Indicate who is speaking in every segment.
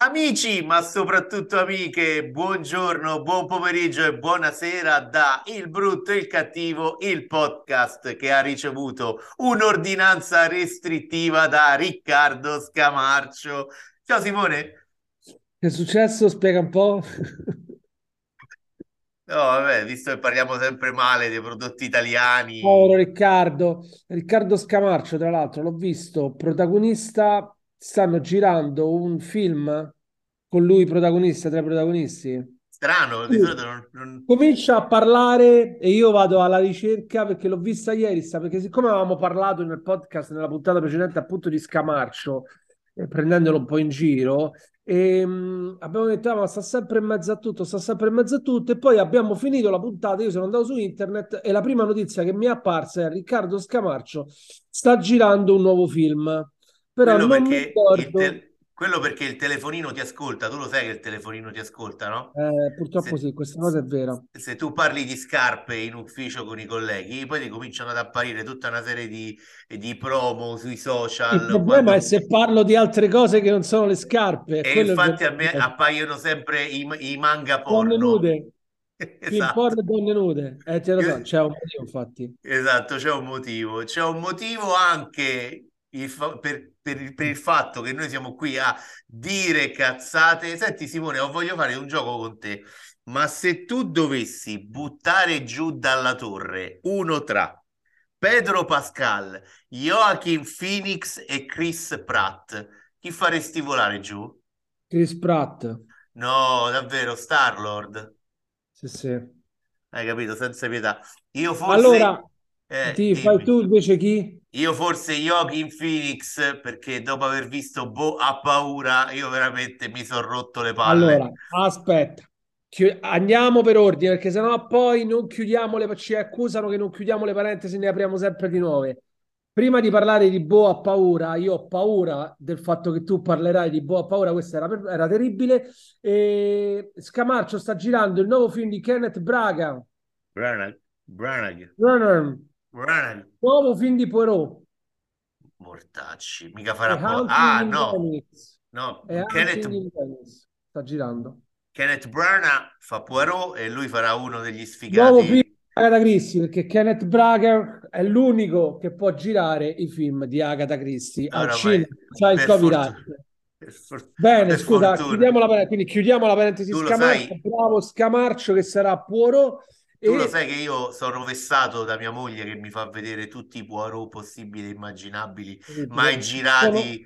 Speaker 1: Amici, ma soprattutto amiche, buongiorno, buon pomeriggio e buonasera da Il Brutto e il Cattivo, il podcast che ha ricevuto un'ordinanza restrittiva da Riccardo Scamarcio. Ciao Simone.
Speaker 2: Che è successo? Spiega un po'.
Speaker 1: No, vabbè, visto che parliamo sempre male dei prodotti
Speaker 2: Povero
Speaker 1: italiani,
Speaker 2: Riccardo Scamarcio, tra l'altro, l'ho visto, protagonista, stanno girando un film con lui protagonista, tra i protagonisti.
Speaker 1: strano, di
Speaker 2: Sì.
Speaker 1: solito non.
Speaker 2: Comincia a parlare e io vado alla ricerca perché l'ho vista ieri, perché siccome avevamo parlato nel podcast, nella puntata precedente appunto di Scamarcio, prendendolo un po' in giro, abbiamo detto, "Ah, ma sta sempre in mezzo a tutto, sta sempre in mezzo a tutto", e poi abbiamo finito la puntata, io sono andato su internet e la prima notizia che mi è apparsa è Riccardo Scamarcio sta girando un nuovo film, però
Speaker 1: Quello
Speaker 2: non mi
Speaker 1: perché
Speaker 2: ricordo.
Speaker 1: quello perché il telefonino ti ascolta, tu lo sai che il telefonino ti ascolta, no?
Speaker 2: Purtroppo
Speaker 1: Se,
Speaker 2: sì, questa cosa è vera.
Speaker 1: se tu parli di scarpe in ufficio con i colleghi, poi ti cominciano ad apparire tutta una serie di promo sui
Speaker 2: Il
Speaker 1: social,
Speaker 2: problema è
Speaker 1: quando.
Speaker 2: se parlo di altre cose che non sono le scarpe,
Speaker 1: E
Speaker 2: quello è il vero
Speaker 1: infatti a me
Speaker 2: problema.
Speaker 1: appaiono sempre i manga
Speaker 2: Donne
Speaker 1: porno.
Speaker 2: nude, film
Speaker 1: Esatto.
Speaker 2: porno e donne nude. Te lo so, c'è un motivo infatti.
Speaker 1: Esatto, c'è un motivo anche per il fatto che noi siamo qui a dire cazzate. Senti Simone, voglio fare un gioco con te, ma se tu dovessi buttare giù dalla torre uno tra Pedro Pascal, Joaquin Phoenix e Chris Pratt, chi faresti volare giù?
Speaker 2: Chris Pratt,
Speaker 1: No, davvero, Star-Lord.
Speaker 2: sì, sì.
Speaker 1: Hai capito? Senza pietà. Io
Speaker 2: Allora,
Speaker 1: forse,
Speaker 2: ti fai
Speaker 1: dimmi.
Speaker 2: tu invece chi?
Speaker 1: Io forse Joaquin Phoenix, perché dopo aver visto Boh ha paura, io veramente mi sono rotto le palle.
Speaker 2: Allora, aspetta. Andiamo per ordine, perché sennò poi non chiudiamo ci accusano che non chiudiamo le parentesi, ne apriamo sempre di nuove. Prima di parlare di Boa ha paura, io ho paura del fatto che tu parlerai di Boa ha paura, questo era terribile. E Scamarcio sta girando il nuovo film di Kenneth Braga,
Speaker 1: Branagh, Branagh,
Speaker 2: Runner,
Speaker 1: Branagh,
Speaker 2: nuovo film di Poirot,
Speaker 1: Mortacci, mica
Speaker 2: e
Speaker 1: farà po'.
Speaker 2: Hunting
Speaker 1: Ah,
Speaker 2: in
Speaker 1: no,
Speaker 2: Venice.
Speaker 1: no,
Speaker 2: E
Speaker 1: Kenneth,
Speaker 2: Hunting in Venice. Sta girando.
Speaker 1: Kenneth Branagh fa Poirot e lui farà uno degli
Speaker 2: Nuovo film di
Speaker 1: sfigati.
Speaker 2: Agatha Christie, perché Kenneth Braga è l'unico che può girare i film di Agatha Christie al cinema.
Speaker 1: Oramai,
Speaker 2: C'ha il
Speaker 1: per
Speaker 2: copyright.
Speaker 1: fortuna,
Speaker 2: Bene,
Speaker 1: per
Speaker 2: scusa,
Speaker 1: fortuna.
Speaker 2: quindi chiudiamo la parentesi
Speaker 1: Tu lo
Speaker 2: Scamarcio,
Speaker 1: sai.
Speaker 2: bravo Scamarcio che sarà Poirot
Speaker 1: Tu lo sai
Speaker 2: e
Speaker 1: che io sono vessato da mia moglie che mi fa vedere tutti i Poirot possibili e immaginabili, mai
Speaker 2: incredibile.
Speaker 1: girati.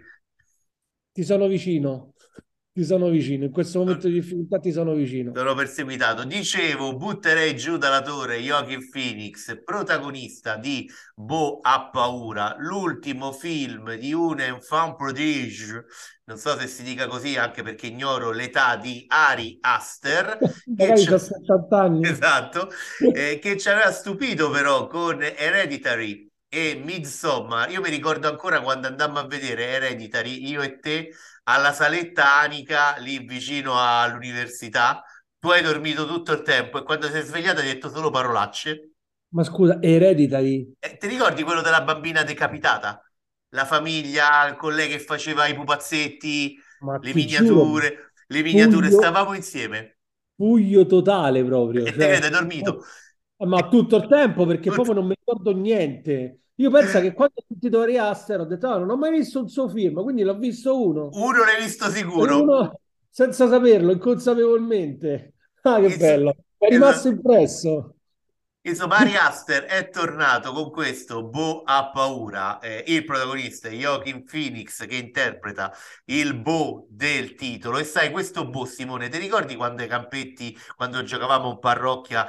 Speaker 2: Ti sono vicino, ti sono vicino, in questo momento di difficoltà ti sono vicino.
Speaker 1: Sono perseguitato. Dicevo, butterei giù dalla torre Joaquin Phoenix, protagonista di Bo ha paura, l'ultimo film di un enfant prodige. Non so se si dica così, anche perché ignoro l'età di Ari Aster, che
Speaker 2: Magari
Speaker 1: ci.
Speaker 2: ho 70 anni.
Speaker 1: Esatto, che ci aveva stupito però con Hereditary e Midsommar. Io mi ricordo ancora quando andammo a vedere Hereditary, io e te, alla saletta Anica, lì vicino all'università. Tu hai dormito tutto il tempo e quando sei svegliato hai detto solo parolacce.
Speaker 2: Ma scusa, Hereditary,
Speaker 1: Ti ricordi quello della bambina decapitata? La famiglia, con lei che faceva i pupazzetti,
Speaker 2: ma
Speaker 1: le
Speaker 2: ti giuro,
Speaker 1: miniature,
Speaker 2: buio,
Speaker 1: stavamo insieme.
Speaker 2: buio totale proprio,
Speaker 1: E te
Speaker 2: cioè,
Speaker 1: credo, hai dormito.
Speaker 2: ma tutto il tempo perché
Speaker 1: Tutto-
Speaker 2: proprio non mi ricordo niente. Io penso che quando ho sentito Ari Aster ho detto, "Ah, non ho mai visto un suo film, quindi l'ho visto uno,
Speaker 1: Uno l'hai visto
Speaker 2: e
Speaker 1: sicuro?
Speaker 2: uno senza saperlo, inconsapevolmente. Ah, che
Speaker 1: Inso-
Speaker 2: bello, è rimasto
Speaker 1: Esatto.
Speaker 2: impresso.
Speaker 1: Insomma, Ari Aster è tornato con questo Bo ha paura. Il protagonista è Joaquin Phoenix che interpreta il Bo del titolo. E sai, questo Bo, Simone, ti ricordi quando ai campetti, quando giocavamo in parrocchia,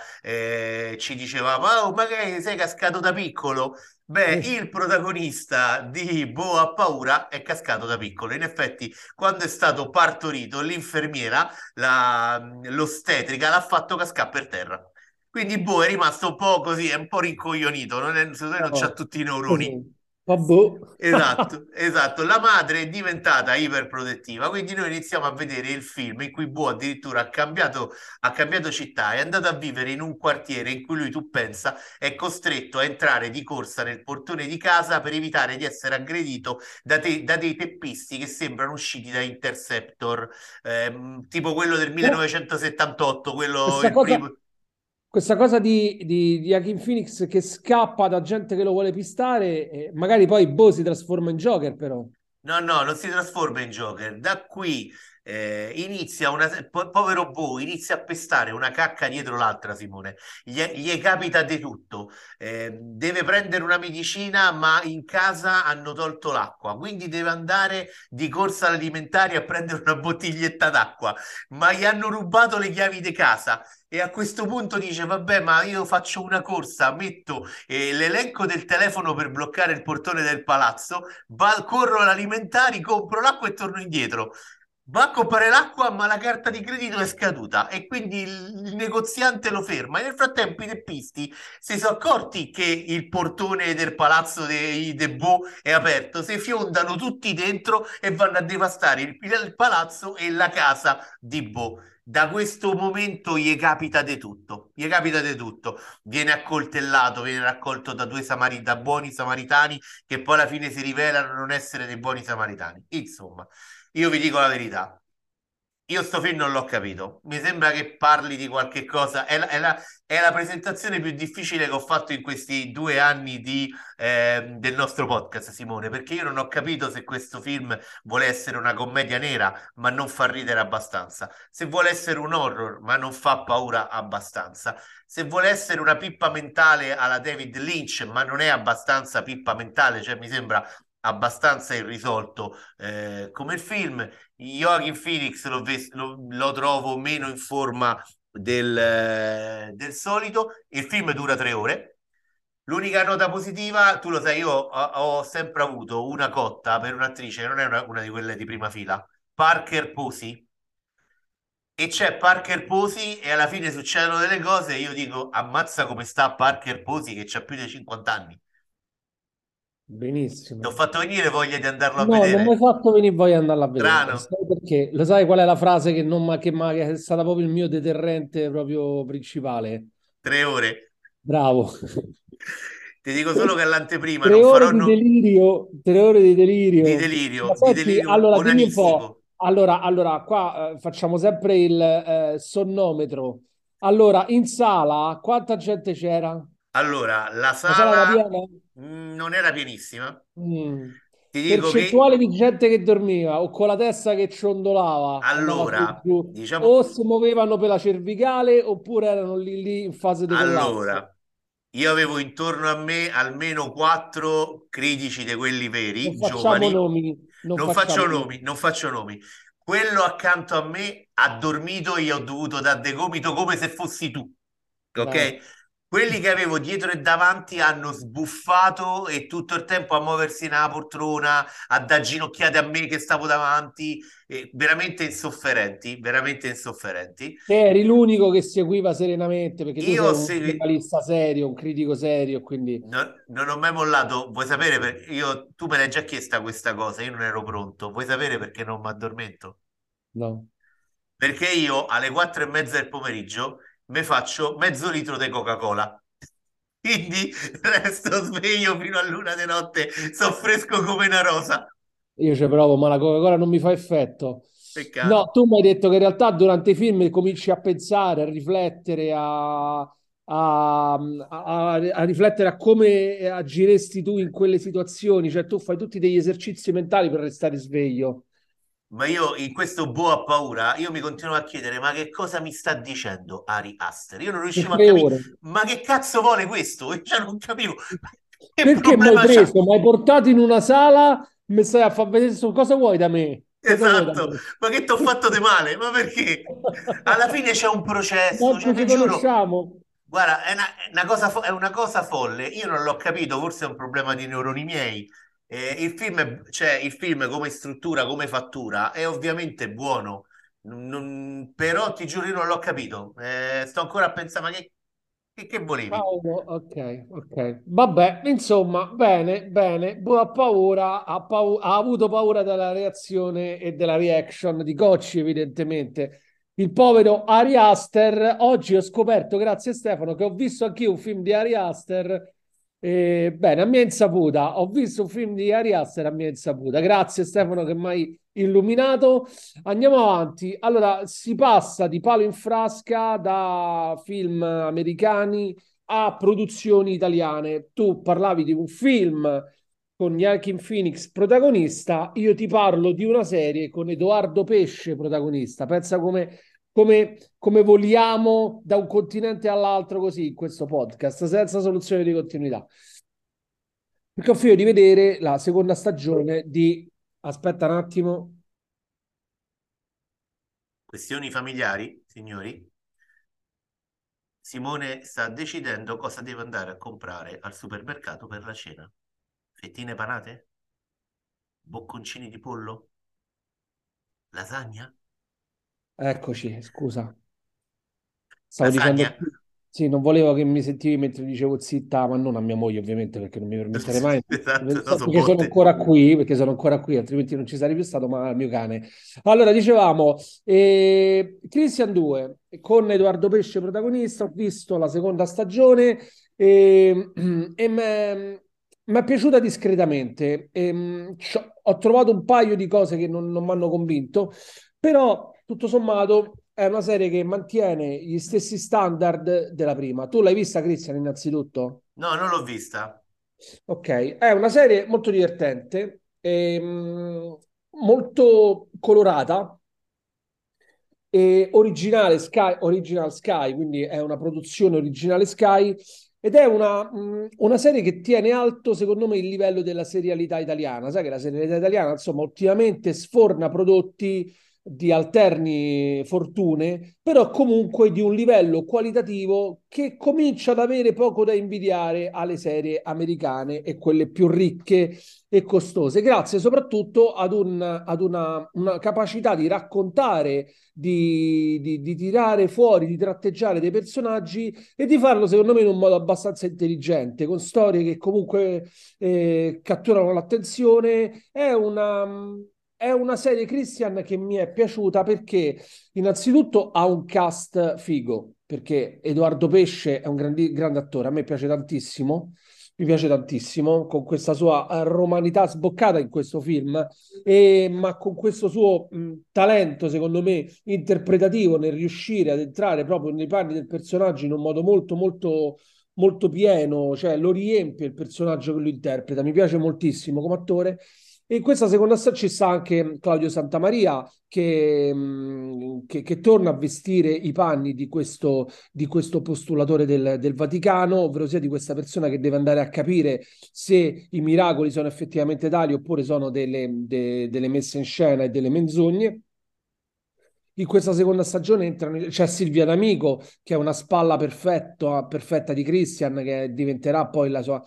Speaker 1: ci dicevamo, oh, ma che sei cascato da piccolo? Beh,
Speaker 2: Eh,
Speaker 1: il protagonista di Bo ha paura è cascato da piccolo. In effetti, quando è stato partorito, l'infermiera, l'ostetrica, l'ha fatto cascare per terra. Quindi boh, è rimasto un po' così, è un po' rincoglionito, secondo me non c'ha
Speaker 2: no,
Speaker 1: tutti i neuroni.
Speaker 2: così. Vabbè.
Speaker 1: Esatto, esatto. La madre è diventata iperprotettiva, quindi noi iniziamo a vedere il film in cui Bo addirittura ha cambiato città, è andato a vivere in un quartiere in cui lui, tu pensa, è costretto a entrare di corsa nel portone di casa per evitare di essere aggredito da dei teppisti che sembrano usciti da Interceptor, tipo quello del
Speaker 2: Però
Speaker 1: 1978, quello
Speaker 2: questa
Speaker 1: il
Speaker 2: cosa,
Speaker 1: primo.
Speaker 2: questa cosa di Joaquin Phoenix che scappa da gente che lo vuole pistare, magari poi Bo si trasforma in Joker, però.
Speaker 1: No, no, non si trasforma in Joker. Da qui inizia povero Bo inizia a pestare una cacca dietro l'altra, Simone. Gli capita di tutto. Deve prendere una medicina, ma in casa hanno tolto l'acqua, quindi deve andare di corsa all'alimentare a prendere una bottiglietta d'acqua, ma gli hanno rubato le chiavi di casa. E a questo punto dice: Vabbè, ma io faccio una corsa, metto l'elenco del telefono per bloccare il portone del palazzo, corro all'alimentari, compro l'acqua e torno indietro. Va a comprare l'acqua, ma la carta di credito è scaduta e quindi il negoziante lo ferma. E nel frattempo i teppisti si sono accorti che il portone del palazzo dei Bo è aperto, si fiondano tutti dentro e vanno a devastare il palazzo e la casa di Bo. Da questo momento gli capita di tutto, gli capita di tutto. Viene accoltellato, viene raccolto da buoni samaritani che poi alla fine si rivelano non essere dei buoni samaritani. Insomma, io vi dico la verità. Io sto film non l'ho capito. Mi sembra che parli di qualche cosa. È la presentazione più difficile che ho fatto in questi 2 anni del nostro podcast, Simone, perché io non ho capito se questo film vuole essere una commedia nera, ma non fa ridere abbastanza. Se vuole essere un horror, ma non fa paura abbastanza. Se vuole essere una pippa mentale alla David Lynch, ma non è abbastanza pippa mentale, cioè mi sembra abbastanza irrisolto come il film. Joaquin Phoenix lo trovo meno in forma del solito. Il film dura 3 ore. L'unica nota positiva, tu lo sai, io ho sempre avuto una cotta per un'attrice, non è una di quelle di prima fila, Parker Posey. E c'è Parker Posey e alla fine succedono delle cose e io dico, ammazza come sta Parker Posey che ha più di 50 anni. Ti ho
Speaker 2: Benissimo.
Speaker 1: fatto venire voglia di andarlo a
Speaker 2: No, non mi hai
Speaker 1: vedere.
Speaker 2: fatto venire voglia di andarla a vedere.
Speaker 1: Strano,
Speaker 2: Sai perché? Lo sai qual è la frase che, non, che è stata proprio il mio deterrente proprio principale?
Speaker 1: 3 ore.
Speaker 2: Bravo.
Speaker 1: Ti dico solo che all'anteprima
Speaker 2: Tre
Speaker 1: non
Speaker 2: ore
Speaker 1: farò
Speaker 2: di delirio, 3 ore di delirio. Ma
Speaker 1: di
Speaker 2: senti,
Speaker 1: delirio
Speaker 2: allora dimmi un po'.
Speaker 1: onanistico.
Speaker 2: Allora qua facciamo sempre il sonnometro. Allora, in sala, quanta gente c'era?
Speaker 1: Allora, la
Speaker 2: La sala era
Speaker 1: sala
Speaker 2: piena?
Speaker 1: non era pienissima.
Speaker 2: Mm.
Speaker 1: Ti dico che
Speaker 2: Percentuale di gente che dormiva o con la testa che ciondolava, andava su e
Speaker 1: allora,
Speaker 2: giù, o
Speaker 1: diciamo,
Speaker 2: si muovevano per la cervicale oppure erano lì in fase di collasso.
Speaker 1: allora, io avevo intorno a me almeno 4 critici di quelli
Speaker 2: Non
Speaker 1: veri,
Speaker 2: facciamo
Speaker 1: giovani.
Speaker 2: nomi, non
Speaker 1: Non
Speaker 2: facciamo
Speaker 1: faccio nomi,
Speaker 2: nomi.
Speaker 1: non faccio nomi. Quello accanto a me ha dormito e gli ho dovuto dare de gomito come se fossi tu.
Speaker 2: Bravo.
Speaker 1: Ok? Quelli che avevo dietro e davanti hanno sbuffato e tutto il tempo a muoversi nella poltrona, a dare ginocchiate a me che stavo davanti, veramente insofferenti, veramente insofferenti.
Speaker 2: Te eri l'unico che seguiva serenamente perché tu
Speaker 1: Io
Speaker 2: sei
Speaker 1: ho
Speaker 2: un
Speaker 1: seguito,
Speaker 2: giornalista serio, un critico serio, quindi
Speaker 1: non ho mai mollato, vuoi sapere? Tu me l'hai già chiesta questa cosa, io non ero pronto. Vuoi sapere perché non mi addormento?
Speaker 2: no.
Speaker 1: Perché io alle 4:30 del pomeriggio mi faccio mezzo litro di Coca-Cola. Quindi resto sveglio fino all'una di notte, sono fresco come una rosa.
Speaker 2: Io ci provo, ma la Coca-Cola non mi fa effetto. No,
Speaker 1: Peccato.
Speaker 2: tu mi hai detto che in realtà durante i film cominci a pensare, a riflettere, a riflettere a come agiresti tu in quelle situazioni, cioè tu fai tutti degli esercizi mentali per restare sveglio.
Speaker 1: Ma io in questo boa a paura, io mi continuo a chiedere, ma che cosa mi sta dicendo Ari Aster? Io non
Speaker 2: Per
Speaker 1: riuscivo a
Speaker 2: tre
Speaker 1: capire,
Speaker 2: ore.
Speaker 1: ma che cazzo vuole questo? Io cioè, non capivo. Che
Speaker 2: Perché mi hai
Speaker 1: problema c'ha?
Speaker 2: preso? Mi hai portato in una sala, mi stai a far vedere cosa vuoi da me? Cosa vuoi da
Speaker 1: Esatto,
Speaker 2: me?
Speaker 1: ma che ti ho fatto di male? Ma perché? Alla fine c'è un processo, cioè
Speaker 2: Manco
Speaker 1: ti
Speaker 2: ci
Speaker 1: giuro,
Speaker 2: conosciamo.
Speaker 1: guarda, è una cosa folle. Io non l'ho capito, forse è un problema di neuroni miei. Cioè, il film come struttura, come fattura, è ovviamente buono, però ti giuro io non l'ho capito. Sto ancora a pensare, ma che Che volevi?
Speaker 2: Paolo, ok, ok. Vabbè, insomma, bene, bene. Ha paura, ha avuto paura della reazione e della reaction di Gocci, evidentemente. Il povero Ari Aster. Oggi ho scoperto, grazie a Stefano, che ho visto anch'io un film di Ari Aster. Bene, a mia insaputa, ho visto un film di Ari Aster a mia insaputa. Grazie Stefano che mi hai illuminato. Andiamo avanti. Allora, si passa di palo in frasca da film americani a produzioni italiane. Tu parlavi di un film con Joaquin Phoenix protagonista, io ti parlo di una serie con Edoardo Pesce protagonista. Pensa come voliamo da un continente all'altro così in questo podcast, senza soluzione di continuità. Perché ho finito di vedere la seconda stagione di... Aspetta un attimo.
Speaker 1: Questioni familiari, signori? Simone sta decidendo cosa deve andare a comprare al supermercato per la cena. Fettine panate? Bocconcini di pollo? Lasagna?
Speaker 2: Eccoci, scusa. Stavo dicendo,
Speaker 1: Lasagna?
Speaker 2: sì, non volevo che mi sentivi mentre dicevo zitta, ma non a mia moglie ovviamente, perché non mi permetterei mai,
Speaker 1: Esatto, no, so
Speaker 2: perché sono
Speaker 1: botte.
Speaker 2: ancora qui, altrimenti non ci sarei più stato, ma il mio cane. Allora, dicevamo, Christian 2, con Edoardo Pesce protagonista, ho visto la seconda stagione e mi è piaciuta discretamente. Ho trovato un paio di cose che non mi hanno convinto, però tutto sommato è una serie che mantiene gli stessi standard della prima. Tu l'hai vista, Christian, innanzitutto?
Speaker 1: No, non l'ho vista.
Speaker 2: Ok, è una serie molto divertente, molto colorata e original Sky, quindi è una produzione originale Sky ed è una serie che tiene alto, secondo me, il livello della serialità italiana. Sai che la serialità italiana, insomma, ultimamente sforna prodotti di alterni fortune, però comunque di un livello qualitativo che comincia ad avere poco da invidiare alle serie americane e quelle più ricche e costose, grazie soprattutto ad una capacità di raccontare, di tirare fuori, di tratteggiare dei personaggi e di farlo secondo me in un modo abbastanza intelligente, con storie che comunque catturano l'attenzione. È una serie Christian che mi è piaciuta perché innanzitutto ha un cast figo, perché Edoardo Pesce è un grande attore, a me piace tantissimo, mi piace tantissimo, con questa sua romanità sboccata in questo film, ma con questo suo talento, secondo me, interpretativo nel riuscire ad entrare proprio nei panni del personaggio in un modo molto, molto, molto pieno, cioè lo riempie il personaggio che lui interpreta. Mi piace moltissimo come attore. E in questa seconda stagione ci sta anche Claudio Santamaria che torna a vestire i panni di questo postulatore del Vaticano, ovvero sia di questa persona che deve andare a capire se i miracoli sono effettivamente tali oppure sono delle messe in scena e delle menzogne. In questa seconda stagione c'è Silvia D'Amico, che è una spalla perfetta di Christian, che diventerà poi la sua,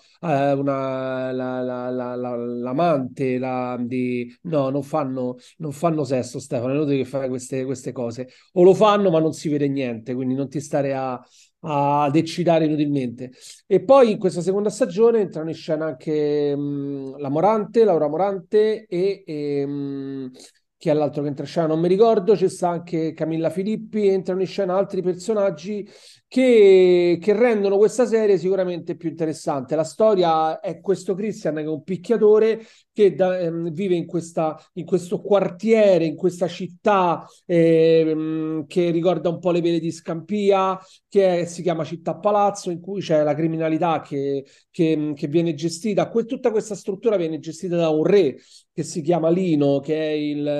Speaker 2: l'amante No, non fanno sesso, Stefano, è inutile che fare queste cose. O lo fanno, ma non si vede niente, quindi non ti stare ad eccitare inutilmente. E poi in questa seconda stagione entrano in scena anche Laura Morante e chi è l'altro che entra in scena? Non mi ricordo, c'è sta anche Camilla Filippi, entrano in scena altri personaggi che rendono questa serie sicuramente più interessante. La storia è questo Christian che è un picchiatore che vive in questo quartiere, in questa città che ricorda un po' le vele di Scampia, si chiama Città Palazzo, in cui c'è la criminalità che viene gestita. Tutta questa struttura viene gestita da un re che si chiama Lino, che è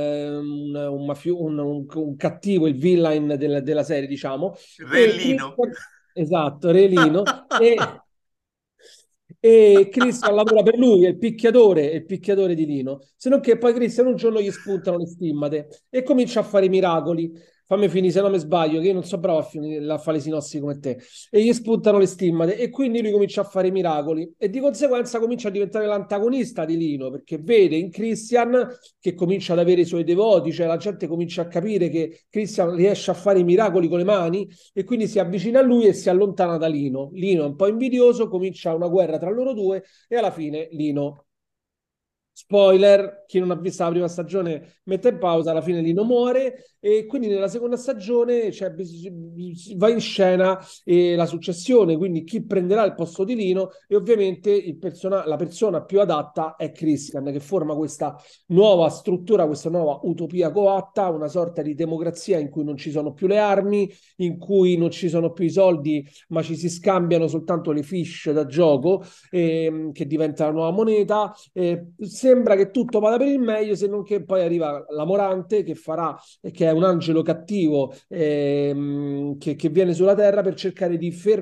Speaker 2: un cattivo, il villain della serie, diciamo. E
Speaker 1: Rellino.
Speaker 2: Christian, esatto, Re Lino. E Christian lavora per lui, è il picchiatore di Lino. Se non che poi Christian un giorno gli spuntano le stimmate e comincia a fare i miracoli. fammi finire se no mi sbaglio, che io non so bravo a fare le sinossi come te, e gli spuntano le stimmate e quindi lui comincia a fare miracoli e di conseguenza comincia a diventare l'antagonista di Lino perché vede in Christian che comincia ad avere i suoi devoti, cioè la gente comincia a capire che Christian riesce a fare i miracoli con le mani e quindi si avvicina a lui e si allontana da Lino. Lino è un po' invidioso, comincia una guerra tra loro due e alla fine Lino, spoiler, chi non ha visto la prima stagione mette in pausa, alla fine Lino muore e quindi nella seconda stagione va in scena la successione, quindi chi prenderà il posto di Lino e ovviamente la persona più adatta è Christian che forma questa nuova struttura, questa nuova utopia coatta, una sorta di democrazia in cui non ci sono più le armi, in cui non ci sono più i soldi ma ci si scambiano soltanto le fiche da gioco che diventa la nuova moneta. Sembra che tutto vada per il meglio, se non che poi arriva la Morante che è un angelo cattivo che viene sulla Terra per cercare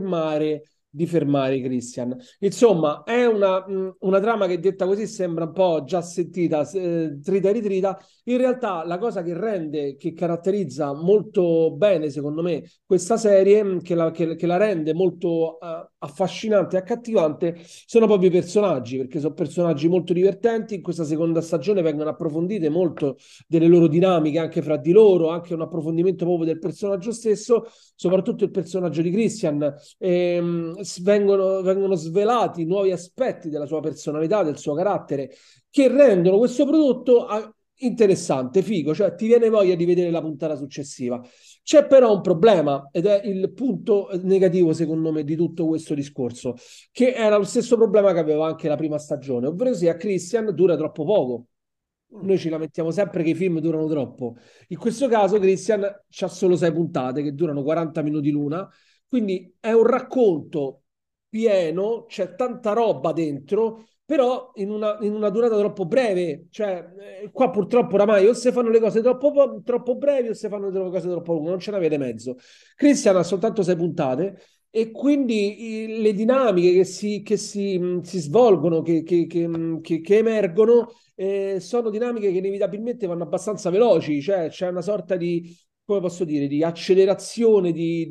Speaker 2: di fermare Christian. Insomma, è una trama che detta così sembra un po' già sentita, trita e ritrita. In realtà la cosa che caratterizza molto bene, secondo me, questa serie, che la rende molto affascinante e accattivante, sono proprio i personaggi, perché sono personaggi molto divertenti. In questa seconda stagione vengono approfondite molto delle loro dinamiche anche fra di loro, anche un approfondimento proprio del personaggio stesso, soprattutto il personaggio di Christian. Vengono svelati nuovi aspetti della sua personalità, del suo carattere, che rendono questo prodotto interessante, figo, cioè ti viene voglia di vedere la puntata successiva. C'è però un problema ed è il punto negativo secondo me di tutto questo discorso, che era lo stesso problema che aveva anche la prima stagione, ovvero sia Christian dura troppo poco. Noi ci lamentiamo sempre che i film durano troppo. In questo caso Christian c'ha solo 6 puntate che durano 40 minuti l'una, quindi è un racconto pieno, c'è tanta roba dentro, però in una durata troppo breve. Cioè, qua purtroppo oramai o si fanno le cose troppo brevi o si fanno le cose troppo lunghe, non ce n'avete mezzo. Christian ha soltanto 6 puntate e quindi le dinamiche si svolgono, che emergono, sono dinamiche che inevitabilmente vanno abbastanza veloci, cioè c'è una sorta di, come posso dire, di accelerazione,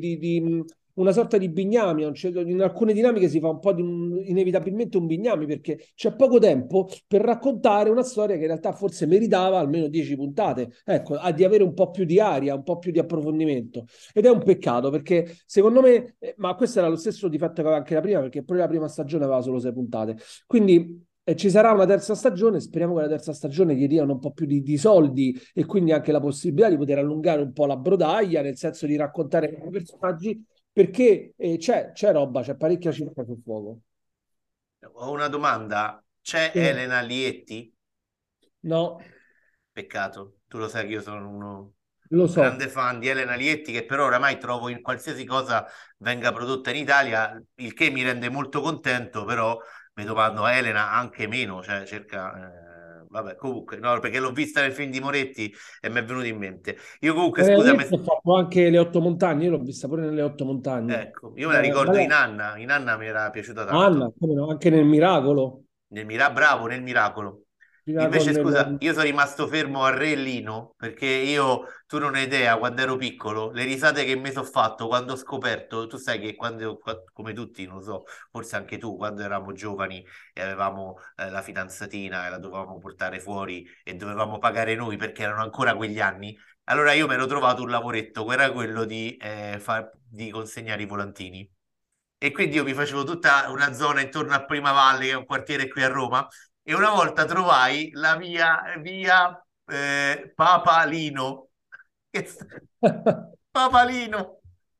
Speaker 2: una sorta di bignami. In alcune dinamiche si fa un po' inevitabilmente un bignami perché c'è poco tempo per raccontare una storia che in realtà forse meritava almeno 10 puntate, ecco, di avere un po' più di aria, un po' più di approfondimento. Ed è un peccato perché secondo me, ma questo era lo stesso difetto che aveva anche la prima, perché pure la prima stagione aveva solo 6 puntate. Quindi ci sarà una terza stagione, speriamo che la terza stagione gli diano un po' più di soldi e quindi anche la possibilità di poter allungare un po' la brodaglia, nel senso di raccontare i personaggi, perché c'è roba, c'è parecchia circa sul fuoco.
Speaker 1: Ho una domanda. C'è
Speaker 2: Sì.
Speaker 1: Elena Lietti?
Speaker 2: No,
Speaker 1: Peccato. Tu lo sai che io sono
Speaker 2: lo
Speaker 1: un grande
Speaker 2: so.
Speaker 1: fan di Elena Lietti, che però oramai trovo in qualsiasi cosa venga prodotta in Italia, il che mi rende molto contento, però mi domando, Elena anche meno, cioè cerca... vabbè, comunque, no, perché l'ho vista nel film di Moretti e mi è venuto in mente. Io comunque, scusami,
Speaker 2: Ho fatto anche le 8 montagne, io l'ho vista pure nelle 8 montagne.
Speaker 1: ecco, io me la ricordo
Speaker 2: Bella.
Speaker 1: In Anna mi era piaciuta
Speaker 2: Anna,
Speaker 1: tanto.
Speaker 2: come no, anche nel Miracolo.
Speaker 1: Bravo nel Miracolo.
Speaker 2: Miracolo
Speaker 1: Invece, scusa,
Speaker 2: nel...
Speaker 1: io sono rimasto fermo a Re Lino perché io, tu non hai idea, quando ero piccolo, le risate che mi sono fatto quando ho scoperto, tu sai che come tutti, non lo so, forse anche tu, quando eravamo giovani e avevamo la fidanzatina e la dovevamo portare fuori e dovevamo pagare noi perché erano ancora quegli anni, allora io mi ero trovato un lavoretto, che era quello di consegnare i volantini. E quindi io mi facevo tutta una zona intorno a Primavalle, che è un quartiere qui a Roma, e una volta trovai la via Papalino. Che sta- Papalino,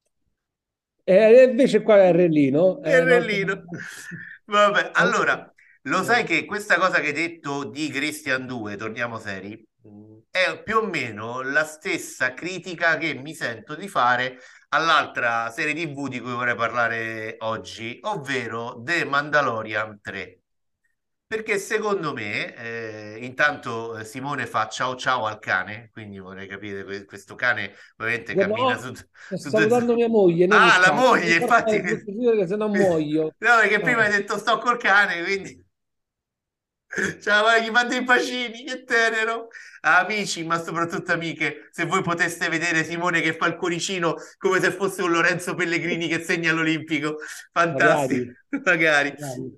Speaker 2: E invece qua è Rellino,
Speaker 1: che
Speaker 2: è un'altra...
Speaker 1: rellino. Vabbè, allora, lo sai che questa cosa che hai detto di Christian 2, torniamo seri, è più o meno la stessa critica che mi sento di fare all'altra serie TV di cui vorrei parlare oggi, ovvero The Mandalorian 3. Perché secondo me, intanto Simone fa ciao ciao al cane, quindi vorrei capire, questo cane ovviamente cammina
Speaker 2: No, sto
Speaker 1: su due
Speaker 2: salutando mia moglie, non
Speaker 1: Ah,
Speaker 2: il
Speaker 1: la
Speaker 2: cane.
Speaker 1: moglie, infatti...
Speaker 2: Che se no muoio.
Speaker 1: No, perché
Speaker 2: Ah.
Speaker 1: prima hai detto sto col cane, quindi... Ciao, vai, gli mando i bacini, che tenero. Amici, ma soprattutto amiche, se voi poteste vedere Simone che fa il cuoricino come se fosse un Lorenzo Pellegrini che segna l'Olimpico. Fantastico,
Speaker 2: Magari,
Speaker 1: magari.
Speaker 2: magari.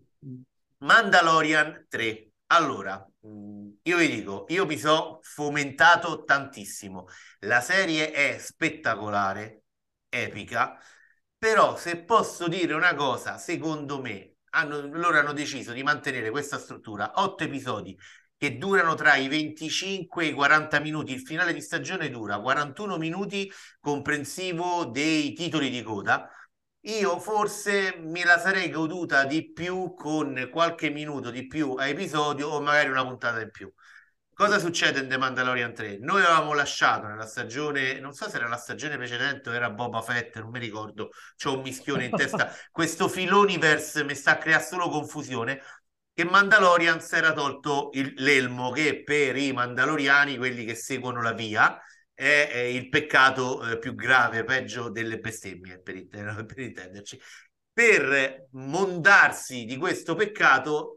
Speaker 1: Mandalorian 3. Allora, io vi dico, io mi sono fomentato tantissimo. La serie è spettacolare, epica, però se posso dire una cosa, secondo me, loro hanno deciso di mantenere questa struttura, 8 episodi che durano tra i 25 e i 40 minuti. Il finale di stagione dura 41 minuti, comprensivo dei titoli di coda. Io forse me la sarei goduta di più con qualche minuto di più a episodio o magari una puntata in più. Cosa succede in The Mandalorian 3? Noi avevamo lasciato nella stagione, non so se era la stagione precedente o era Boba Fett, non mi ricordo, c'ho un mischione in testa. Questo filoniverse mi sta a creare solo confusione. Che Mandalorian si era tolto l'elmo che per i Mandaloriani, quelli che seguono la via, è il peccato più grave, peggio delle bestemmie, per intenderci. Per mondarsi di questo peccato,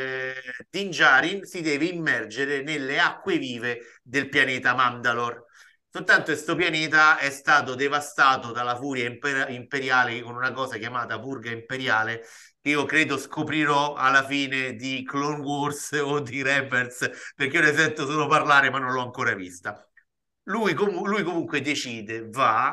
Speaker 1: Din Djarin si deve immergere nelle acque vive del pianeta Mandalore. Soltanto questo pianeta è stato devastato dalla furia imperiale con una cosa chiamata purga imperiale, che io credo scoprirò alla fine di Clone Wars o di Rebels, perché io ne sento solo parlare, ma non l'ho ancora vista. Lui comunque decide,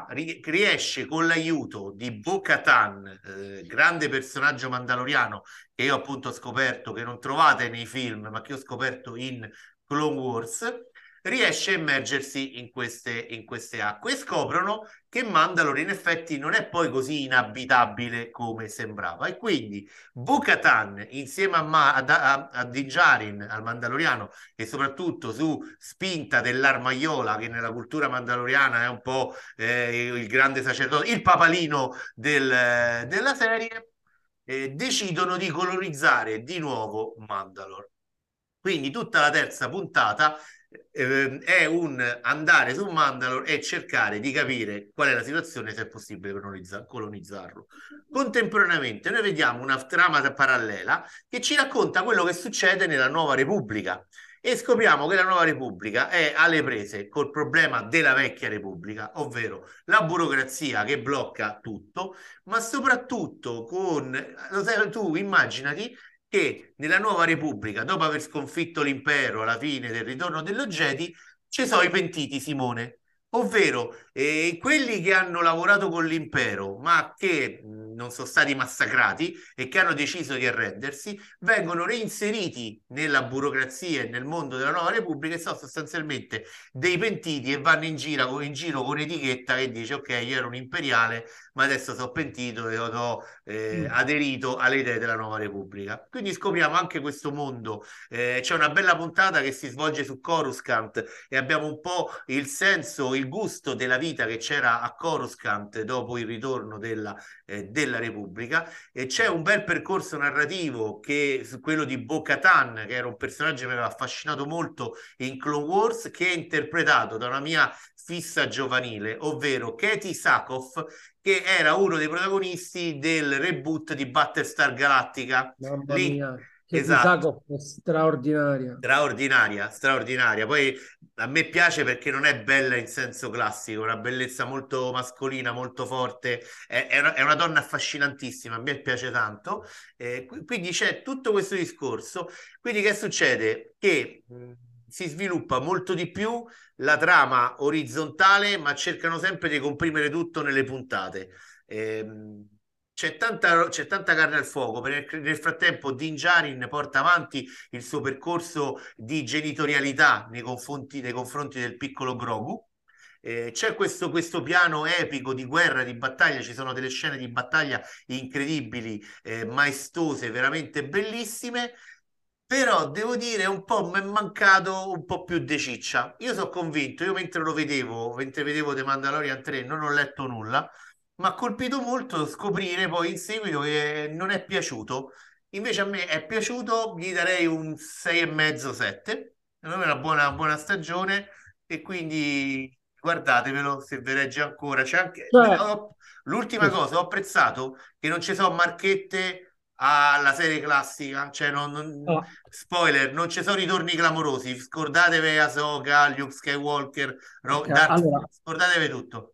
Speaker 1: riesce con l'aiuto di Bo-Katan, grande personaggio mandaloriano che io appunto ho scoperto che non trovate nei film, ma che ho scoperto in Clone Wars, riesce a immergersi in queste acque e scoprono che Mandalore in effetti non è poi così inabitabile come sembrava. E quindi Bo-Katan insieme a Din Djarin, al Mandaloriano, e soprattutto su spinta dell'Armaiola, che nella cultura mandaloriana è un po' il grande sacerdote, il papalino della serie, decidono di colonizzare di nuovo Mandalore. Quindi tutta la terza puntata è un andare su Mandalore e cercare di capire qual è la situazione, se è possibile colonizzarlo. Contemporaneamente noi vediamo una trama parallela che ci racconta quello che succede nella Nuova Repubblica e scopriamo che la Nuova Repubblica è alle prese col problema della vecchia Repubblica, ovvero la burocrazia che blocca tutto, ma soprattutto con, lo sai, tu immaginati che nella Nuova Repubblica, dopo aver sconfitto l'impero alla fine del ritorno dello Jedi, ci sono i pentiti, Simone, ovvero quelli che hanno lavorato con l'impero, ma che non sono stati massacrati e che hanno deciso di arrendersi, vengono reinseriti nella burocrazia e nel mondo della Nuova Repubblica e sono sostanzialmente dei pentiti e vanno in giro con etichetta che dice ok, io ero un imperiale, ma adesso sono pentito e ho aderito alle idee della Nuova Repubblica. Quindi scopriamo anche questo mondo. C'è una bella puntata che si svolge su Coruscant e abbiamo un po' il senso, il gusto della vita che c'era a Coruscant dopo il ritorno della Repubblica. E c'è un bel percorso narrativo che su quello di Bo-Katan, che era un personaggio che mi aveva affascinato molto in Clone Wars, che è interpretato da una mia fissa giovanile, ovvero Katie Sackhoff, che era uno dei protagonisti del reboot di Battlestar Galactica.
Speaker 2: Mamma
Speaker 1: Lì,
Speaker 2: mia, che ti
Speaker 1: esatto.
Speaker 2: Sacco è straordinaria.
Speaker 1: Straordinaria, straordinaria. Poi a me piace perché non è bella in senso classico, è una bellezza molto mascolina, molto forte. È una donna affascinantissima, a me piace tanto. Quindi c'è tutto questo discorso. Quindi che succede? Che si sviluppa molto di più la trama orizzontale, ma cercano sempre di comprimere tutto nelle puntate. Ehm, c'è tanta carne al fuoco. Nel frattempo, Din Djarin porta avanti il suo percorso di genitorialità nei confronti del piccolo Grogu. C'è questo piano epico di guerra, di battaglia, ci sono delle scene di battaglia incredibili, maestose, veramente bellissime. Però devo dire, un po' mi è mancato un po' più di ciccia. Io sono convinto, io mentre vedevo The Mandalorian 3, non ho letto nulla, ma ha colpito molto scoprire poi in seguito che non è piaciuto. Invece a me è piaciuto, gli darei un 6,5, 7. Secondo me è una buona stagione e quindi guardatevelo se vi regge ancora. C'è anche,
Speaker 2: Cioè,
Speaker 1: l'ultima
Speaker 2: scusa,
Speaker 1: cosa, ho apprezzato che non ci sono marchette alla serie classica, cioè
Speaker 2: Ah,
Speaker 1: spoiler, non ci sono ritorni clamorosi, scordatevi Ahsoka, Luke Skywalker,
Speaker 2: ok,
Speaker 1: Darth
Speaker 2: allora,
Speaker 1: Vader, scordatevi tutto.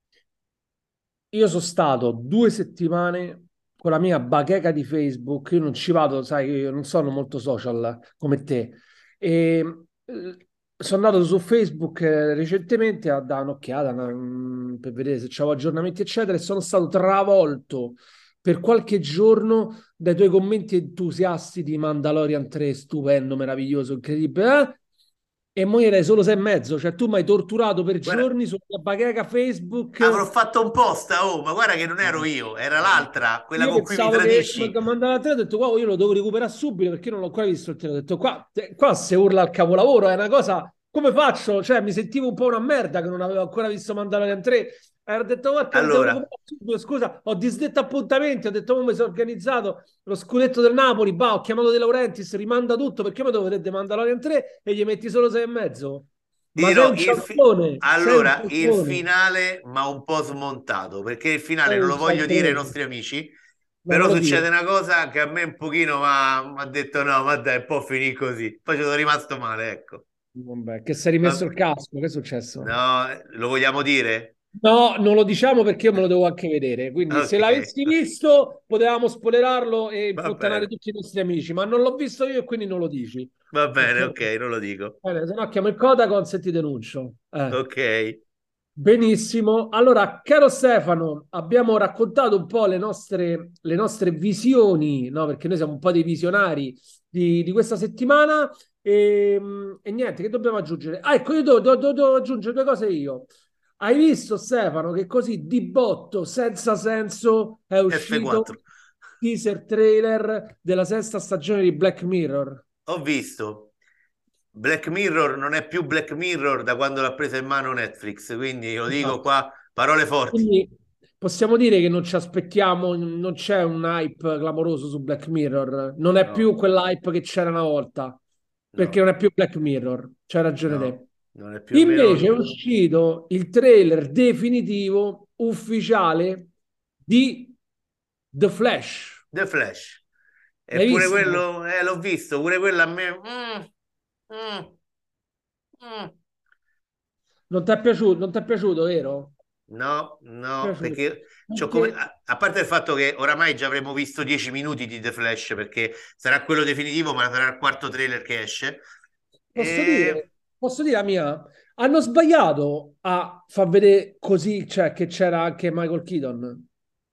Speaker 2: io sono stato 2 settimane con la mia bacheca di Facebook, io non ci vado, sai, io non sono molto social come te, e sono andato su Facebook recentemente a dare un'occhiata per vedere se c'avevo aggiornamenti, eccetera, e sono stato travolto per qualche giorno dai tuoi commenti entusiasti di Mandalorian 3, stupendo, meraviglioso, incredibile, e morire solo 6 e mezzo, cioè tu mi hai torturato per
Speaker 1: Guarda,
Speaker 2: giorni sulla bacheca
Speaker 1: avrò
Speaker 2: Facebook.
Speaker 1: fatto un post, oh, ma guarda che non ero io, era l'altra, quella
Speaker 2: Io
Speaker 1: con cui mi
Speaker 2: pensavo che
Speaker 1: tradisci.
Speaker 2: mandava la tele, ho detto wow, io lo devo recuperare subito perché io non l'ho ancora visto il treno. Ho detto qua se urla al capolavoro, è una cosa, come faccio? Cioè mi sentivo un po' una merda che non avevo ancora visto Mandalorian 3. E ho detto guarda, lo devo
Speaker 1: Allora,
Speaker 2: recuperare subito, scusa, ho disdetto appuntamenti, ho detto come mi sono organizzato, lo scudetto del Napoli, bah, ho chiamato De Laurentiis, rimanda tutto perché mi devo vedere Mandalorian 3 e gli metti solo 6 e mezzo.
Speaker 1: ti
Speaker 2: Ma sei
Speaker 1: dirò,
Speaker 2: un cialtrone, sei un
Speaker 1: il
Speaker 2: cialtrone,
Speaker 1: finale mi ha un po' smontato, perché il finale
Speaker 2: sei
Speaker 1: non
Speaker 2: un
Speaker 1: lo voglio dire ai
Speaker 2: cialtrone.
Speaker 1: nostri amici,
Speaker 2: Non me
Speaker 1: però
Speaker 2: lo
Speaker 1: succede
Speaker 2: dire.
Speaker 1: una cosa che a me un pochino mi ha detto no, ma dai, può finire così. Poi ci sono rimasto male, ecco.
Speaker 2: Vabbè, che si è rimesso
Speaker 1: Ma-
Speaker 2: il casco, che è successo?
Speaker 1: no, lo vogliamo dire?
Speaker 2: No, non lo diciamo perché io me lo devo anche vedere. Quindi, se
Speaker 1: Ok,
Speaker 2: l'avessi visto, potevamo spoilerarlo e
Speaker 1: va
Speaker 2: imputtanare
Speaker 1: bene,
Speaker 2: tutti i nostri amici, ma non l'ho visto io e quindi non lo dici.
Speaker 1: va bene,
Speaker 2: Ok?
Speaker 1: ok, non lo dico.
Speaker 2: Se no, chiamo il Codacons e ti denuncio.
Speaker 1: Ok,
Speaker 2: Benissimo. Allora, caro Stefano, abbiamo raccontato un po' le nostre visioni, no? Perché noi siamo un po' dei visionari di questa settimana. E niente, che dobbiamo aggiungere? Ah, ecco, io devo aggiungere 2 cose io. Hai visto, Stefano, che così di botto, senza senso, è uscito
Speaker 1: F4.
Speaker 2: teaser trailer della sesta stagione di Black Mirror?
Speaker 1: Ho visto. Black Mirror non è più Black Mirror da quando l'ha presa in mano Netflix, quindi lo dico
Speaker 2: Esatto.
Speaker 1: qua, parole forti.
Speaker 2: Quindi possiamo dire che non ci aspettiamo, non c'è un hype clamoroso su Black Mirror, non è più
Speaker 1: No,
Speaker 2: quell'hype che c'era una volta, perché
Speaker 1: no,
Speaker 2: non è più Black Mirror, c'hai ragione te.
Speaker 1: no, non è più
Speaker 2: Invece è
Speaker 1: almeno
Speaker 2: uscito il trailer definitivo, ufficiale, di The Flash.
Speaker 1: The Flash.
Speaker 2: L'hai
Speaker 1: Eppure
Speaker 2: visto?
Speaker 1: quello, l'ho visto, pure quello a me. Mm, mm.
Speaker 2: Non ti è piaciuto, non ti è piaciuto, vero?
Speaker 1: No,
Speaker 2: Ti è
Speaker 1: no,
Speaker 2: piaciuto?
Speaker 1: perché
Speaker 2: Perché
Speaker 1: a parte il fatto che oramai già avremo visto 10 minuti di The Flash, perché sarà quello definitivo, ma sarà il quarto trailer che esce.
Speaker 2: posso
Speaker 1: E...
Speaker 2: dire, posso dire la mia? Hanno sbagliato a far vedere così, cioè che c'era anche Michael Keaton.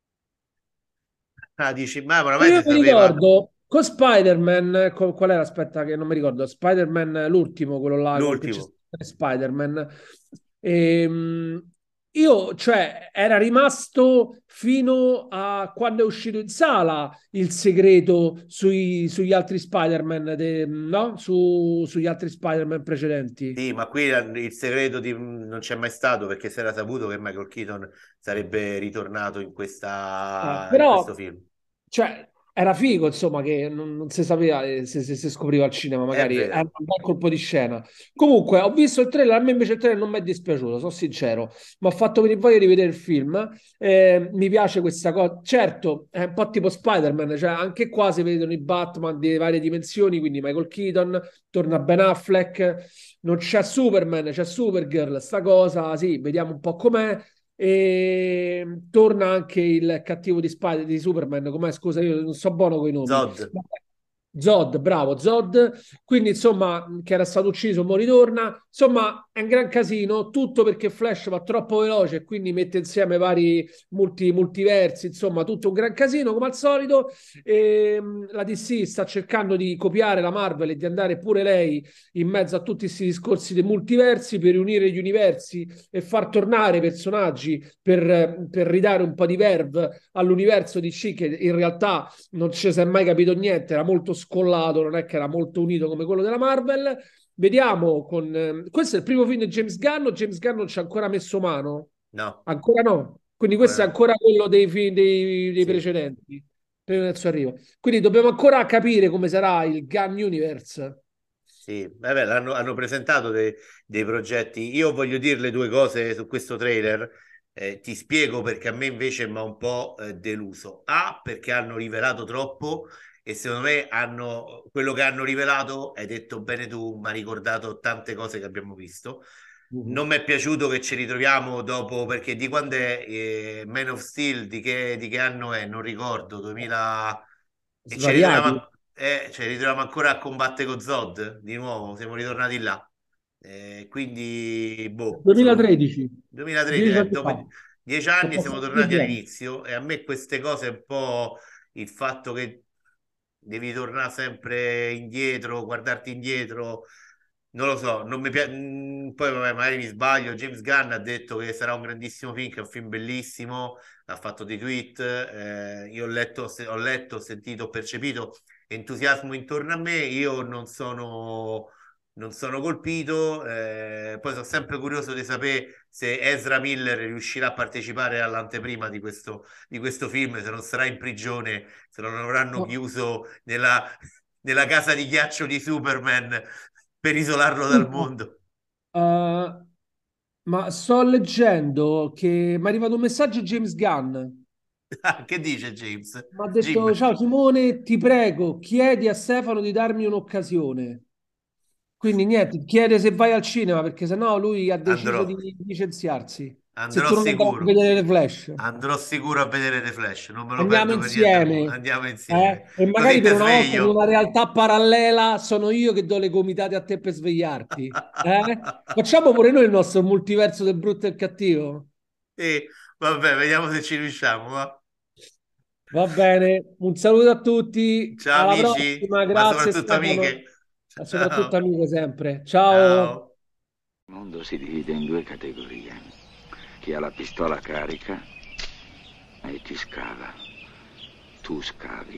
Speaker 1: Ah, dici, ma oramai
Speaker 2: Io
Speaker 1: si
Speaker 2: mi
Speaker 1: sapeva
Speaker 2: ricordo con Spider-Man, qual era? Aspetta, che non mi ricordo. Spider-Man, l'ultimo, quello là che c'è
Speaker 1: l'ultimo.
Speaker 2: Spider-Man. Ehm, io, cioè, era rimasto fino a quando è uscito in sala il segreto sugli altri Spider-Man, no? Sugli altri Spider-Man precedenti.
Speaker 1: Sì, ma qui il segreto non c'è mai stato perché si era saputo che Michael Keaton sarebbe ritornato in questo
Speaker 2: Però,
Speaker 1: film.
Speaker 2: cioè, era figo, insomma, che non si sapeva se scopriva al cinema,
Speaker 1: È
Speaker 2: magari era un
Speaker 1: vero.
Speaker 2: bel colpo di scena. Comunque, ho visto il trailer, a me invece il trailer non mi è dispiaciuto, sono sincero. Mi ha fatto venire voglia di vedere il film. Mi piace questa cosa. Certo, è un po' tipo Spider-Man, cioè anche qua si vedono i Batman di varie dimensioni, quindi Michael Keaton, torna Ben Affleck, non c'è Superman, c'è Supergirl, sta cosa, sì, vediamo un po' com'è. E torna anche il cattivo di Spider di Superman, com'è? Scusa, io non so buono con i nomi.
Speaker 1: Zod.
Speaker 2: Zod, bravo, Zod. Quindi, insomma, che era stato ucciso, mo ritorna. Insomma, è un gran casino, tutto perché Flash va troppo veloce e quindi mette insieme vari multiversi, insomma, tutto un gran casino, come al solito. La DC sta cercando di copiare la Marvel e di andare pure lei in mezzo a tutti questi discorsi dei multiversi per riunire gli universi e far tornare i personaggi per ridare un po' di verve all'universo DC che in realtà non ci si è mai capito niente, era molto scollato, non è che era molto unito come quello della Marvel. Vediamo con... questo è il primo film di James Gunn, o James Gunn non ci ha ancora messo mano?
Speaker 1: No,
Speaker 2: Ancora no. Quindi
Speaker 1: ancora
Speaker 2: questo è
Speaker 1: no.
Speaker 2: ancora quello dei film dei
Speaker 1: Sì.
Speaker 2: precedenti, prima del suo arrivo. Quindi dobbiamo ancora capire come sarà il Gunn Universe.
Speaker 1: Sì, vabbè, hanno presentato dei progetti. Io voglio dirle due cose su questo trailer. Ti spiego perché a me invece mi ha un po' deluso. A, perché hanno rivelato troppo e secondo me quello che hanno rivelato, hai detto bene tu, mi ha ricordato tante cose che abbiamo visto. Non
Speaker 2: Mhm.
Speaker 1: mi è piaciuto che ci ritroviamo dopo, perché di quando è Man of Steel, di che anno è? Non ricordo, 2000. E
Speaker 2: Svariati.
Speaker 1: ci ritroviamo ancora a combattere con Zod, di nuovo, siamo ritornati là. Quindi, boh, insomma,
Speaker 2: 2013,
Speaker 1: 2013,
Speaker 2: 10 anni fa.
Speaker 1: 10 anni
Speaker 2: Sono
Speaker 1: siamo
Speaker 2: passati
Speaker 1: tornati
Speaker 2: 10 anni.
Speaker 1: all'inizio e a me queste cose un po' il fatto che devi tornare sempre indietro, guardarti indietro, non lo so, non mi piace. Poi vabbè, magari mi sbaglio, James Gunn ha detto che sarà un grandissimo film, che è un film bellissimo, ha fatto dei tweet, io ho letto, ho sentito, ho percepito entusiasmo intorno a me, io non sono colpito, poi sono sempre curioso di sapere se Ezra Miller riuscirà a partecipare all'anteprima di questo film, se non sarà in prigione, se non avranno
Speaker 2: No,
Speaker 1: chiuso nella casa di ghiaccio di Superman per isolarlo dal
Speaker 2: scusa,
Speaker 1: mondo.
Speaker 2: ma sto leggendo che mi è arrivato un messaggio James Gunn.
Speaker 1: Che dice James?
Speaker 2: Mi ha detto:
Speaker 1: Jim,
Speaker 2: Ciao Simone, ti prego, chiedi a Stefano di darmi un'occasione. Quindi niente, chiede se vai al cinema perché sennò lui ha deciso
Speaker 1: andrò,
Speaker 2: di licenziarsi. Se
Speaker 1: andrò
Speaker 2: tu non andrai a
Speaker 1: sicuro.
Speaker 2: vedere le Flash,
Speaker 1: Andrò sicuro a vedere The Flash, non me lo
Speaker 2: andiamo
Speaker 1: perdo per niente al mondo.
Speaker 2: insieme.
Speaker 1: Andiamo insieme.
Speaker 2: E
Speaker 1: Così
Speaker 2: magari
Speaker 1: ti
Speaker 2: per una volta in una
Speaker 1: sveglio.
Speaker 2: realtà parallela sono io che do le gomitate a te per svegliarti. Facciamo pure noi il nostro multiverso del brutto e il cattivo.
Speaker 1: E vabbè, vediamo se ci riusciamo. Va.
Speaker 2: Va bene, un saluto a tutti,
Speaker 1: Ciao
Speaker 2: alla
Speaker 1: amici,
Speaker 2: prossima,
Speaker 1: ma
Speaker 2: grazie
Speaker 1: soprattutto
Speaker 2: Stefano,
Speaker 1: amiche.
Speaker 2: ma soprattutto
Speaker 1: Ciao.
Speaker 2: amico sempre. Ciao.
Speaker 3: Il mondo si divide in due categorie. Chi ha la pistola carica e chi scava. Tu scavi.